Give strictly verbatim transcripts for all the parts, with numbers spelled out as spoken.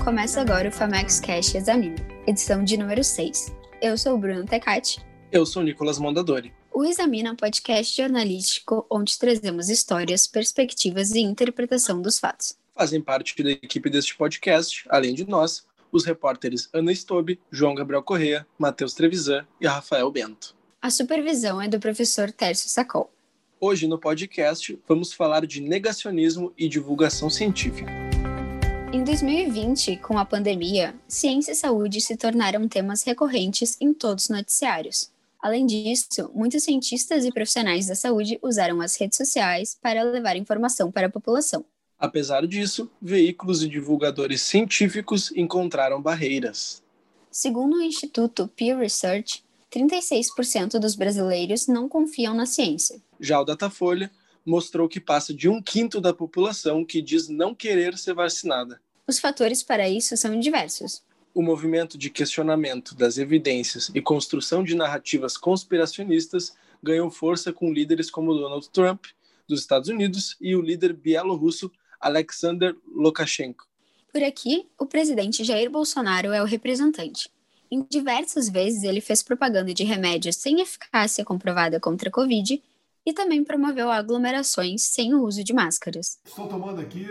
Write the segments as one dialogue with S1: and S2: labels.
S1: Começa agora o Famex Cash Examina, edição de número seis. Eu sou o Bruno Tecati.
S2: Eu sou o Nicolas Mondadori.
S1: O Examina é um podcast jornalístico onde trazemos histórias, perspectivas e interpretação dos fatos.
S2: Fazem parte da equipe deste podcast, além de nós, os repórteres Ana Stobe, João Gabriel Corrêa, Matheus Trevisan e Rafael Bento.
S1: A supervisão é do professor Tércio Sacol.
S2: Hoje no podcast vamos falar de negacionismo e divulgação científica.
S1: Em dois mil e vinte, com a pandemia, ciência e saúde se tornaram temas recorrentes em todos os noticiários. Além disso, muitos cientistas e profissionais da saúde usaram as redes sociais para levar informação para a população.
S2: Apesar disso, veículos e divulgadores científicos encontraram barreiras.
S1: Segundo o Instituto Pew Research, trinta e seis por cento dos brasileiros não confiam na ciência.
S2: Já o Datafolha mostrou que passa de um quinto da população que diz não querer ser vacinada.
S1: Os fatores para isso são diversos.
S2: O movimento de questionamento das evidências e construção de narrativas conspiracionistas ganhou força com líderes como Donald Trump, dos Estados Unidos, e o líder bielorrusso Alexander Lukashenko.
S1: Por aqui, o presidente Jair Bolsonaro é o representante. Em diversas vezes ele fez propaganda de remédios sem eficácia comprovada contra a Covid e também promoveu aglomerações sem o uso de máscaras.
S3: Estou tomando aqui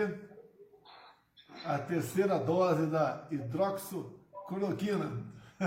S3: a terceira dose da hidroxicloroquina.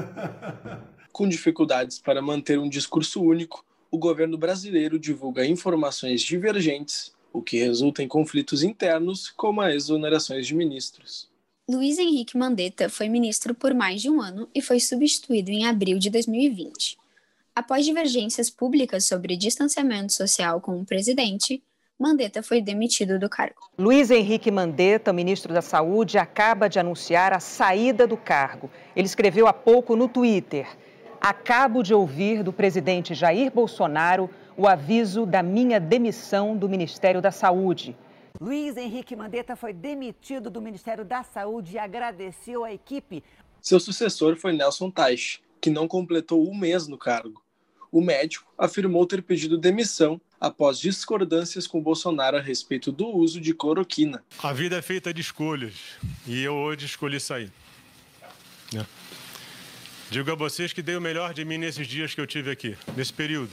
S2: Com dificuldades para manter um discurso único, o governo brasileiro divulga informações divergentes, o que resulta em conflitos internos, como as exonerações de ministros.
S1: Luiz Henrique Mandetta foi ministro por mais de um ano e foi substituído em abril de dois mil e vinte. Após divergências públicas sobre distanciamento social com o presidente, Mandetta foi demitido do cargo.
S4: Luiz Henrique Mandetta, ministro da Saúde, acaba de anunciar a saída do cargo. Ele escreveu há pouco no Twitter: "Acabo de ouvir do presidente Jair Bolsonaro o aviso da minha demissão do Ministério da Saúde."
S5: Luiz Henrique Mandetta foi demitido do Ministério da Saúde e agradeceu à equipe.
S2: Seu sucessor foi Nelson Teich, que não completou um mês no cargo. O médico afirmou ter pedido demissão após discordâncias com Bolsonaro a respeito do uso de cloroquina.
S6: A vida é feita de escolhas e eu hoje escolhi sair. É. Digo a vocês que dei o melhor de mim nesses dias que eu tive aqui, nesse período.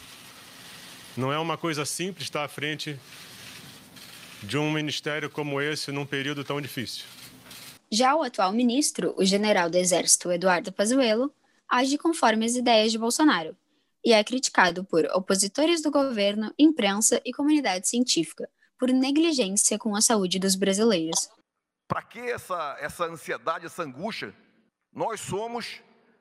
S6: Não é uma coisa simples estar à frente de um ministério como esse num período tão difícil.
S1: Já o atual ministro, o general do Exército Eduardo Pazuello, age conforme as ideias de Bolsonaro e é criticado por opositores do governo, imprensa e comunidade científica por negligência com a saúde dos brasileiros.
S7: Para que essa, essa ansiedade, essa angústia? Nós somos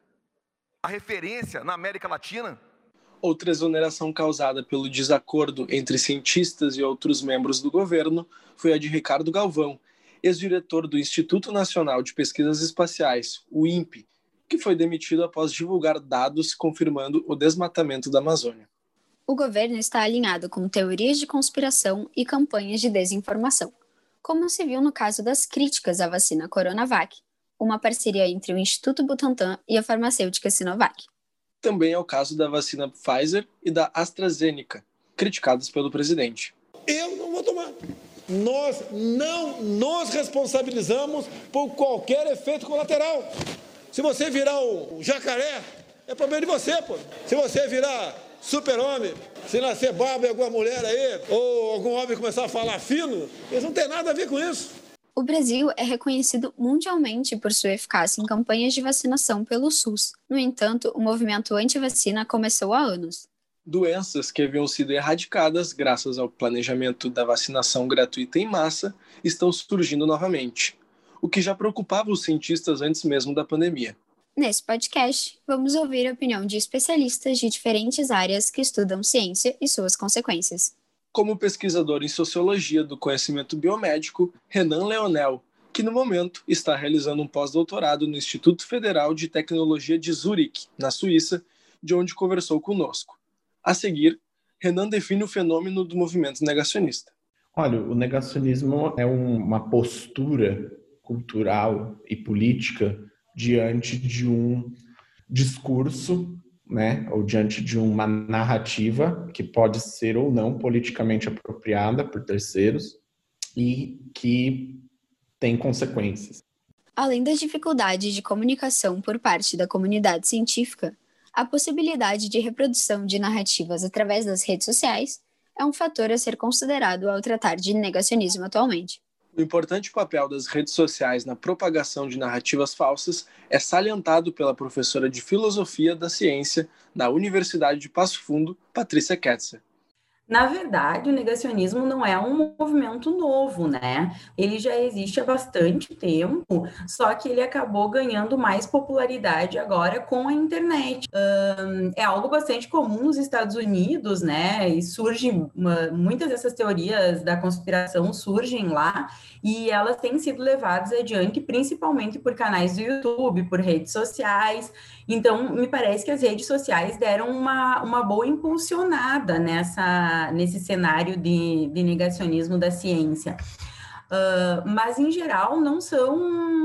S7: a referência na América Latina.
S2: Outra exoneração causada pelo desacordo entre cientistas e outros membros do governo foi a de Ricardo Galvão, ex-diretor do Instituto Nacional de Pesquisas Espaciais, o INPE, que foi demitido após divulgar dados confirmando o desmatamento da Amazônia.
S1: O governo está alinhado com teorias de conspiração e campanhas de desinformação, como se viu no caso das críticas à vacina Coronavac, uma parceria entre o Instituto Butantan e a farmacêutica Sinovac.
S2: Também é o caso da vacina Pfizer e da AstraZeneca, criticadas pelo presidente.
S3: Eu não vou tomar. Nós não nos responsabilizamos por qualquer efeito colateral. Se você virar um jacaré, é problema de você, pô. Se você virar super-homem, se nascer barba em alguma mulher aí, ou algum homem começar a falar fino, eles não têm nada a ver com isso.
S1: O Brasil é reconhecido mundialmente por sua eficácia em campanhas de vacinação pelo SUS. No entanto, o movimento anti-vacina começou há anos.
S2: Doenças que haviam sido erradicadas graças ao planejamento da vacinação gratuita em massa estão surgindo novamente, o que já preocupava os cientistas antes mesmo da pandemia.
S1: Nesse podcast, vamos ouvir a opinião de especialistas de diferentes áreas que estudam ciência e suas consequências.
S2: Como pesquisador em Sociologia do Conhecimento Biomédico, Renan Leonel, que no momento está realizando um pós-doutorado no Instituto Federal de Tecnologia de Zurique, na Suíça, de onde conversou conosco. A seguir, Renan define o fenômeno do movimento negacionista.
S8: Olha, o negacionismo é uma postura cultural e política diante de um discurso, né, ou diante de uma narrativa que pode ser ou não politicamente apropriada por terceiros e que tem consequências.
S1: Além das dificuldades de comunicação por parte da comunidade científica, a possibilidade de reprodução de narrativas através das redes sociais é um fator a ser considerado ao tratar de negacionismo atualmente.
S2: O importante papel das redes sociais na propagação de narrativas falsas é salientado pela professora de Filosofia da Ciência da Universidade de Passo Fundo, Patrícia Ketzer.
S9: Na verdade, o negacionismo não é um movimento novo, né? Ele já existe há bastante tempo, só que ele acabou ganhando mais popularidade agora com a internet. Um, é algo bastante comum nos Estados Unidos, né? E surge, uma, muitas dessas teorias da conspiração surgem lá, e elas têm sido levadas adiante, principalmente por canais do YouTube, por redes sociais. Então, me parece que as redes sociais deram uma, uma boa impulsionada nessa, nesse cenário de, de negacionismo da ciência. Uh, mas, em geral, não são,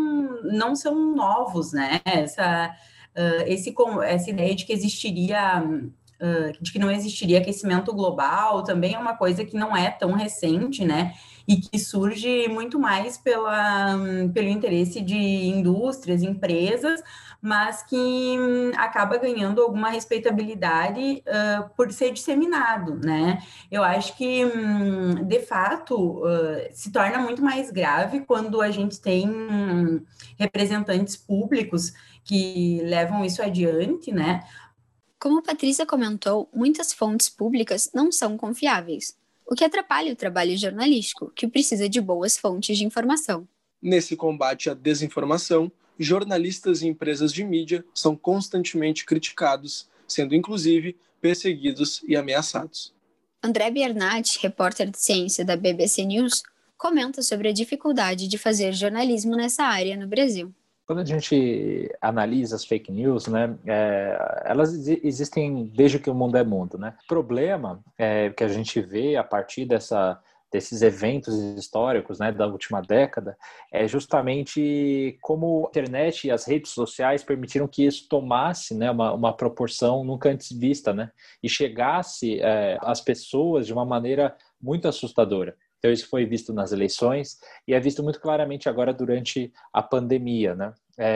S9: não são novos, né? Essa, uh, esse, essa ideia de que existiria... Uh, de que não existiria aquecimento global, também é uma coisa que não é tão recente, né? E que surge muito mais pela, pelo interesse de indústrias, empresas, mas que hum, acaba ganhando alguma respeitabilidade uh, por ser disseminado, né? Eu acho que, hum, de fato, uh, se torna muito mais grave quando a gente tem hum, representantes públicos que levam isso adiante, né?
S1: Como a Patrícia comentou, muitas fontes públicas não são confiáveis, o que atrapalha o trabalho jornalístico, que precisa de boas fontes de informação.
S2: Nesse combate à desinformação, jornalistas e empresas de mídia são constantemente criticados, sendo inclusive perseguidos e ameaçados.
S1: André Biernat, repórter de ciência da B B C News, comenta sobre a dificuldade de fazer jornalismo nessa área no Brasil.
S10: Quando a gente analisa as fake news, né, é, elas existem desde que o mundo é mundo, né? O problema é, que a gente vê a partir dessa, desses eventos históricos, né, da última década é justamente como a internet e as redes sociais permitiram que isso tomasse, né, uma, uma proporção nunca antes vista, né, e chegasse é, às pessoas de uma maneira muito assustadora. Então, isso foi visto nas eleições e é visto muito claramente agora durante a pandemia, né?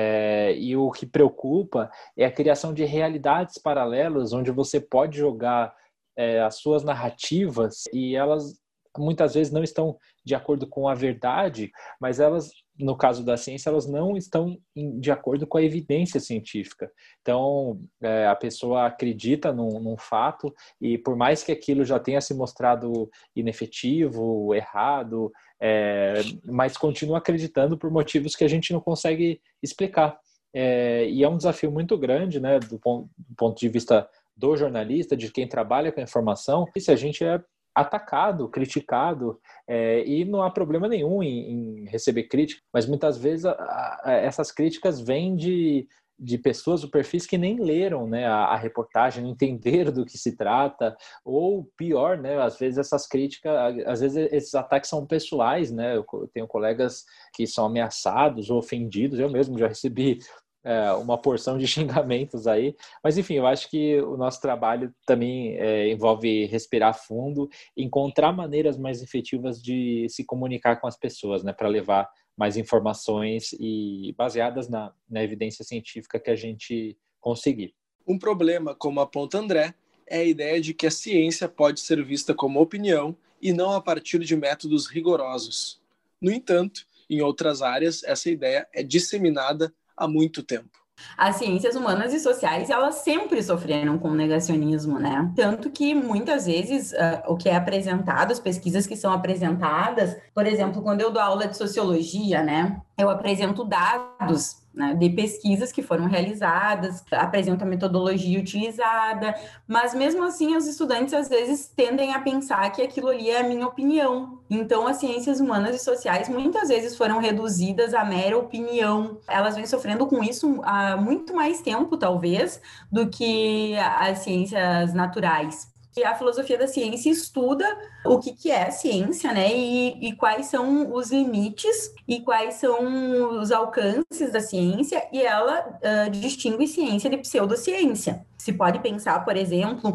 S10: É, e o que preocupa é a criação de realidades paralelas onde você pode jogar é, as suas narrativas e elas muitas vezes não estão de acordo com a verdade, mas elas, no caso da ciência, elas não estão de acordo com a evidência científica. Então, é, a pessoa acredita num, num fato e por mais que aquilo já tenha se mostrado inefetivo, errado, é, mas continua acreditando por motivos que a gente não consegue explicar. É, e é um desafio muito grande, né, do ponto, do ponto de vista do jornalista, de quem trabalha com a informação, e se a gente é atacado, criticado, é, e não há problema nenhum em, em receber crítica, mas muitas vezes a, a, essas críticas vêm de, de pessoas do perfis que nem leram, né, a, a reportagem, não entenderam do que se trata, ou pior, né, às vezes essas críticas, às vezes esses ataques são pessoais, né, eu tenho colegas que são ameaçados ou ofendidos, eu mesmo já recebi É, uma porção de xingamentos aí, mas enfim, eu acho que o nosso trabalho também é, envolve respirar fundo, encontrar maneiras mais efetivas de se comunicar com as pessoas, né, para levar mais informações e baseadas na, na evidência científica que a gente conseguir.
S2: Um problema, como aponta André, é a ideia de que a ciência pode ser vista como opinião e não a partir de métodos rigorosos. No entanto, em outras áreas, essa ideia é disseminada há muito tempo.
S9: As ciências humanas e sociais, elas sempre sofreram com negacionismo, né? Tanto que, muitas vezes, uh, o que é apresentado, as pesquisas que são apresentadas, por exemplo, quando eu dou aula de sociologia, né? Eu apresento dados, né, de pesquisas que foram realizadas, apresento a metodologia utilizada, mas mesmo assim os estudantes às vezes tendem a pensar que aquilo ali é a minha opinião. Então as ciências humanas e sociais muitas vezes foram reduzidas à mera opinião. Elas vêm sofrendo com isso há muito mais tempo, talvez, do que as ciências naturais. E a filosofia da ciência estuda o que, que é a ciência, né? E, e quais são os limites e quais são os alcances da ciência, e ela uh, distingue ciência de pseudociência. Se pode pensar, por exemplo,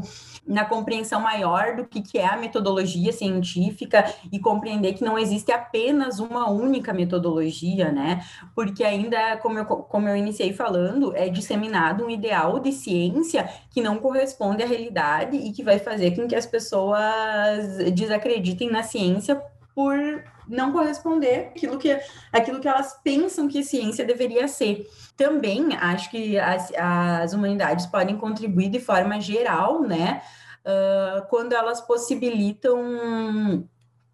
S9: na compreensão maior do que, que é a metodologia científica e compreender que não existe apenas uma única metodologia, né? Porque ainda, como eu, como eu iniciei falando, é disseminado um ideal de ciência que não corresponde à realidade e que vai fazer com que as pessoas desacreditem na ciência por não corresponder àquilo que, àquilo que elas pensam que a ciência deveria ser. Também acho que as, as humanidades podem contribuir de forma geral, né, uh, quando elas possibilitam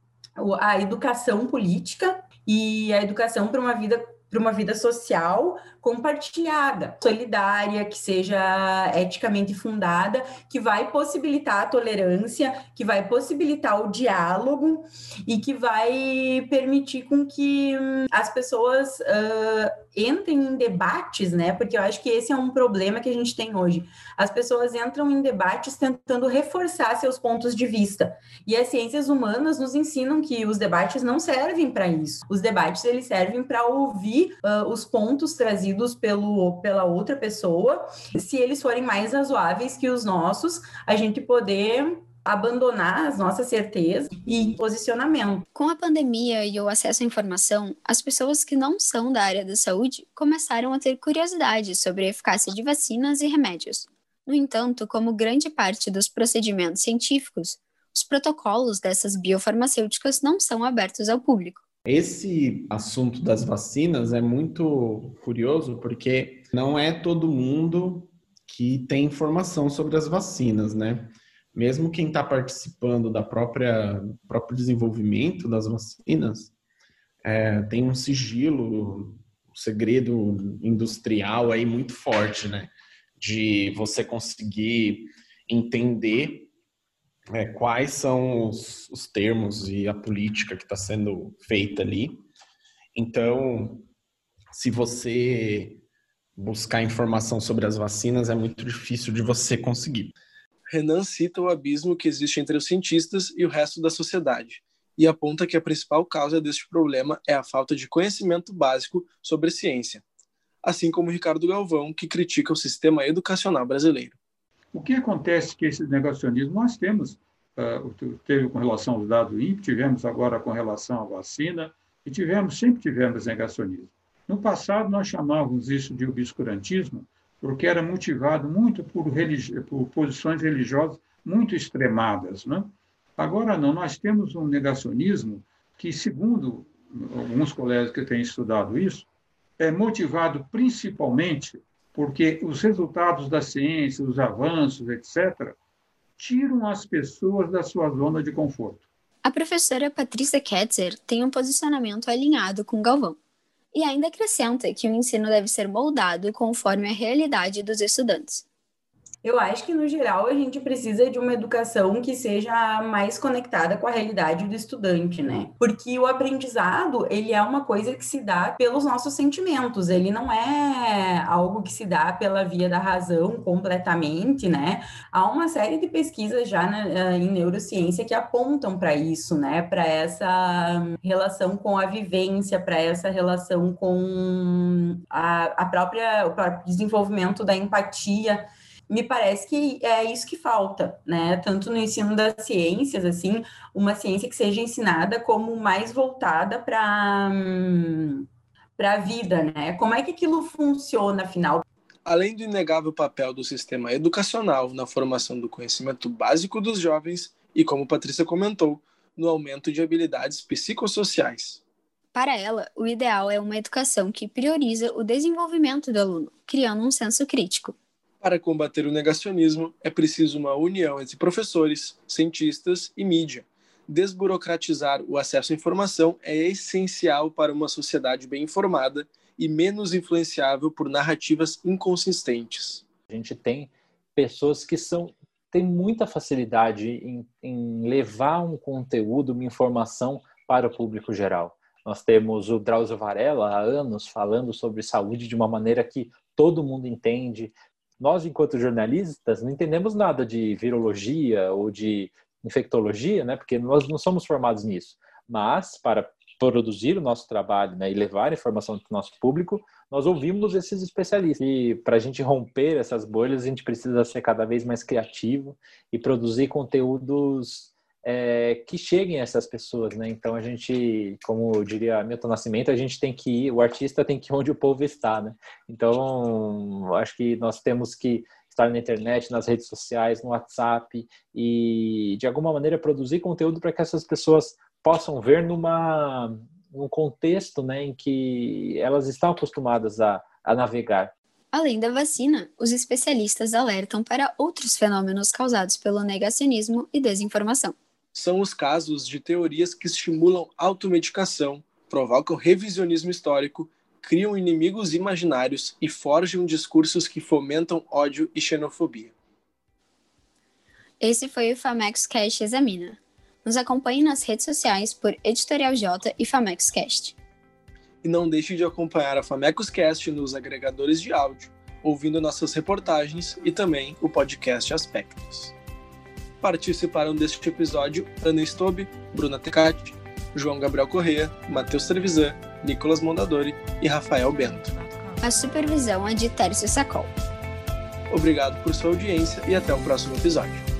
S9: a educação política e a educação para uma vida para uma vida social compartilhada, solidária, que seja eticamente fundada, que vai possibilitar a tolerância, que vai possibilitar o diálogo e que vai permitir com que hum, as pessoas uh, entrem em debates, né? Porque eu acho que esse é um problema que a gente tem hoje. As pessoas entram em debates tentando reforçar seus pontos de vista. E as ciências humanas nos ensinam que os debates não servem para isso. Os debates, eles servem para ouvir Uh, os pontos trazidos pelo, pela outra pessoa, se eles forem mais razoáveis que os nossos, a gente poder abandonar as nossas certezas e posicionamento.
S1: Com a pandemia e o acesso à informação, as pessoas que não são da área da saúde começaram a ter curiosidade sobre a eficácia de vacinas e remédios. No entanto, como grande parte dos procedimentos científicos, os protocolos dessas biofarmacêuticas não são abertos ao público.
S8: Esse assunto das vacinas é muito curioso porque não é todo mundo que tem informação sobre as vacinas, né? Mesmo quem está participando da própria próprio desenvolvimento das vacinas, é, tem um sigilo, um segredo industrial aí muito forte, né? De você conseguir entender É, quais são os, os termos e a política que está sendo feita ali. Então, se você buscar informação sobre as vacinas, é muito difícil de você conseguir.
S2: Renan cita o abismo que existe entre os cientistas e o resto da sociedade e aponta que a principal causa deste problema é a falta de conhecimento básico sobre a ciência, assim como Ricardo Galvão, que critica o sistema educacional brasileiro.
S11: O que acontece que esse negacionismo nós temos, uh, teve com relação aos dados I N P E, tivemos agora com relação à vacina, e tivemos, sempre tivemos negacionismo. No passado, nós chamávamos isso de obscurantismo, porque era motivado muito por, religi- por posições religiosas muito extremadas, né? Agora não, nós temos um negacionismo que, segundo alguns colegas que têm estudado isso, é motivado principalmente porque os resultados da ciência, os avanços, etcétera, tiram as pessoas da sua zona de conforto.
S1: A professora Patrícia Ketzer tem um posicionamento alinhado com Galvão e ainda acrescenta que o ensino deve ser moldado conforme a realidade dos estudantes.
S9: Eu acho que, no geral, a gente precisa de uma educação que seja mais conectada com a realidade do estudante, né? Porque o aprendizado, ele é uma coisa que se dá pelos nossos sentimentos, ele não é algo que se dá pela via da razão completamente, né? Há uma série de pesquisas já na, em neurociência que apontam para isso, né? Para essa relação com a vivência, para essa relação com a, a própria, o próprio desenvolvimento da empatia. Me parece que é isso que falta, né? Tanto no ensino das ciências, assim, uma ciência que seja ensinada como mais voltada para para a vida, né? Como é que aquilo funciona, afinal?
S2: Além do inegável papel do sistema educacional na formação do conhecimento básico dos jovens e, como Patrícia comentou, no aumento de habilidades psicossociais.
S1: Para ela, o ideal é uma educação que prioriza o desenvolvimento do aluno, criando um senso crítico.
S2: Para combater o negacionismo, é preciso uma união entre professores, cientistas e mídia. Desburocratizar o acesso à informação é essencial para uma sociedade bem informada e menos influenciável por narrativas inconsistentes.
S10: A gente tem pessoas que são, têm muita facilidade em, em levar um conteúdo, uma informação para o público geral. Nós temos o Drauzio Varela há anos falando sobre saúde de uma maneira que todo mundo entende. Nós, enquanto jornalistas, não entendemos nada de virologia ou de infectologia, né? Porque nós não somos formados nisso. Mas, para produzir o nosso trabalho, né, e levar a informação para o nosso público, nós ouvimos esses especialistas. E para a gente romper essas bolhas, a gente precisa ser cada vez mais criativo e produzir conteúdos é, que cheguem a essas pessoas, né? Então a gente, como diria Milton Nascimento, a gente tem que ir, o artista tem que ir onde o povo está, né? Então acho que nós temos que estar na internet, nas redes sociais, no WhatsApp e de alguma maneira produzir conteúdo para que essas pessoas possam ver numa, num contexto, né, em que elas estão acostumadas a, a navegar.
S1: Além da vacina, os especialistas alertam para outros fenômenos causados pelo negacionismo e desinformação.
S2: São os casos de teorias que estimulam automedicação, provocam revisionismo histórico, criam inimigos imaginários e forjam discursos que fomentam ódio e xenofobia.
S1: Esse foi o FamexCast Examina. Nos acompanhe nas redes sociais por Editorial J e FamexCast.
S2: E não deixe de acompanhar a FamexCast nos agregadores de áudio, ouvindo nossas reportagens e também o podcast Aspectos. Participaram deste episódio Ana Stobe, Bruna Tecati, João Gabriel Corrêa, Matheus Trevisan, Nicolas Mondadori e Rafael Bento.
S1: A supervisão é de Tércio Sacol.
S2: Obrigado por sua audiência e até o próximo episódio.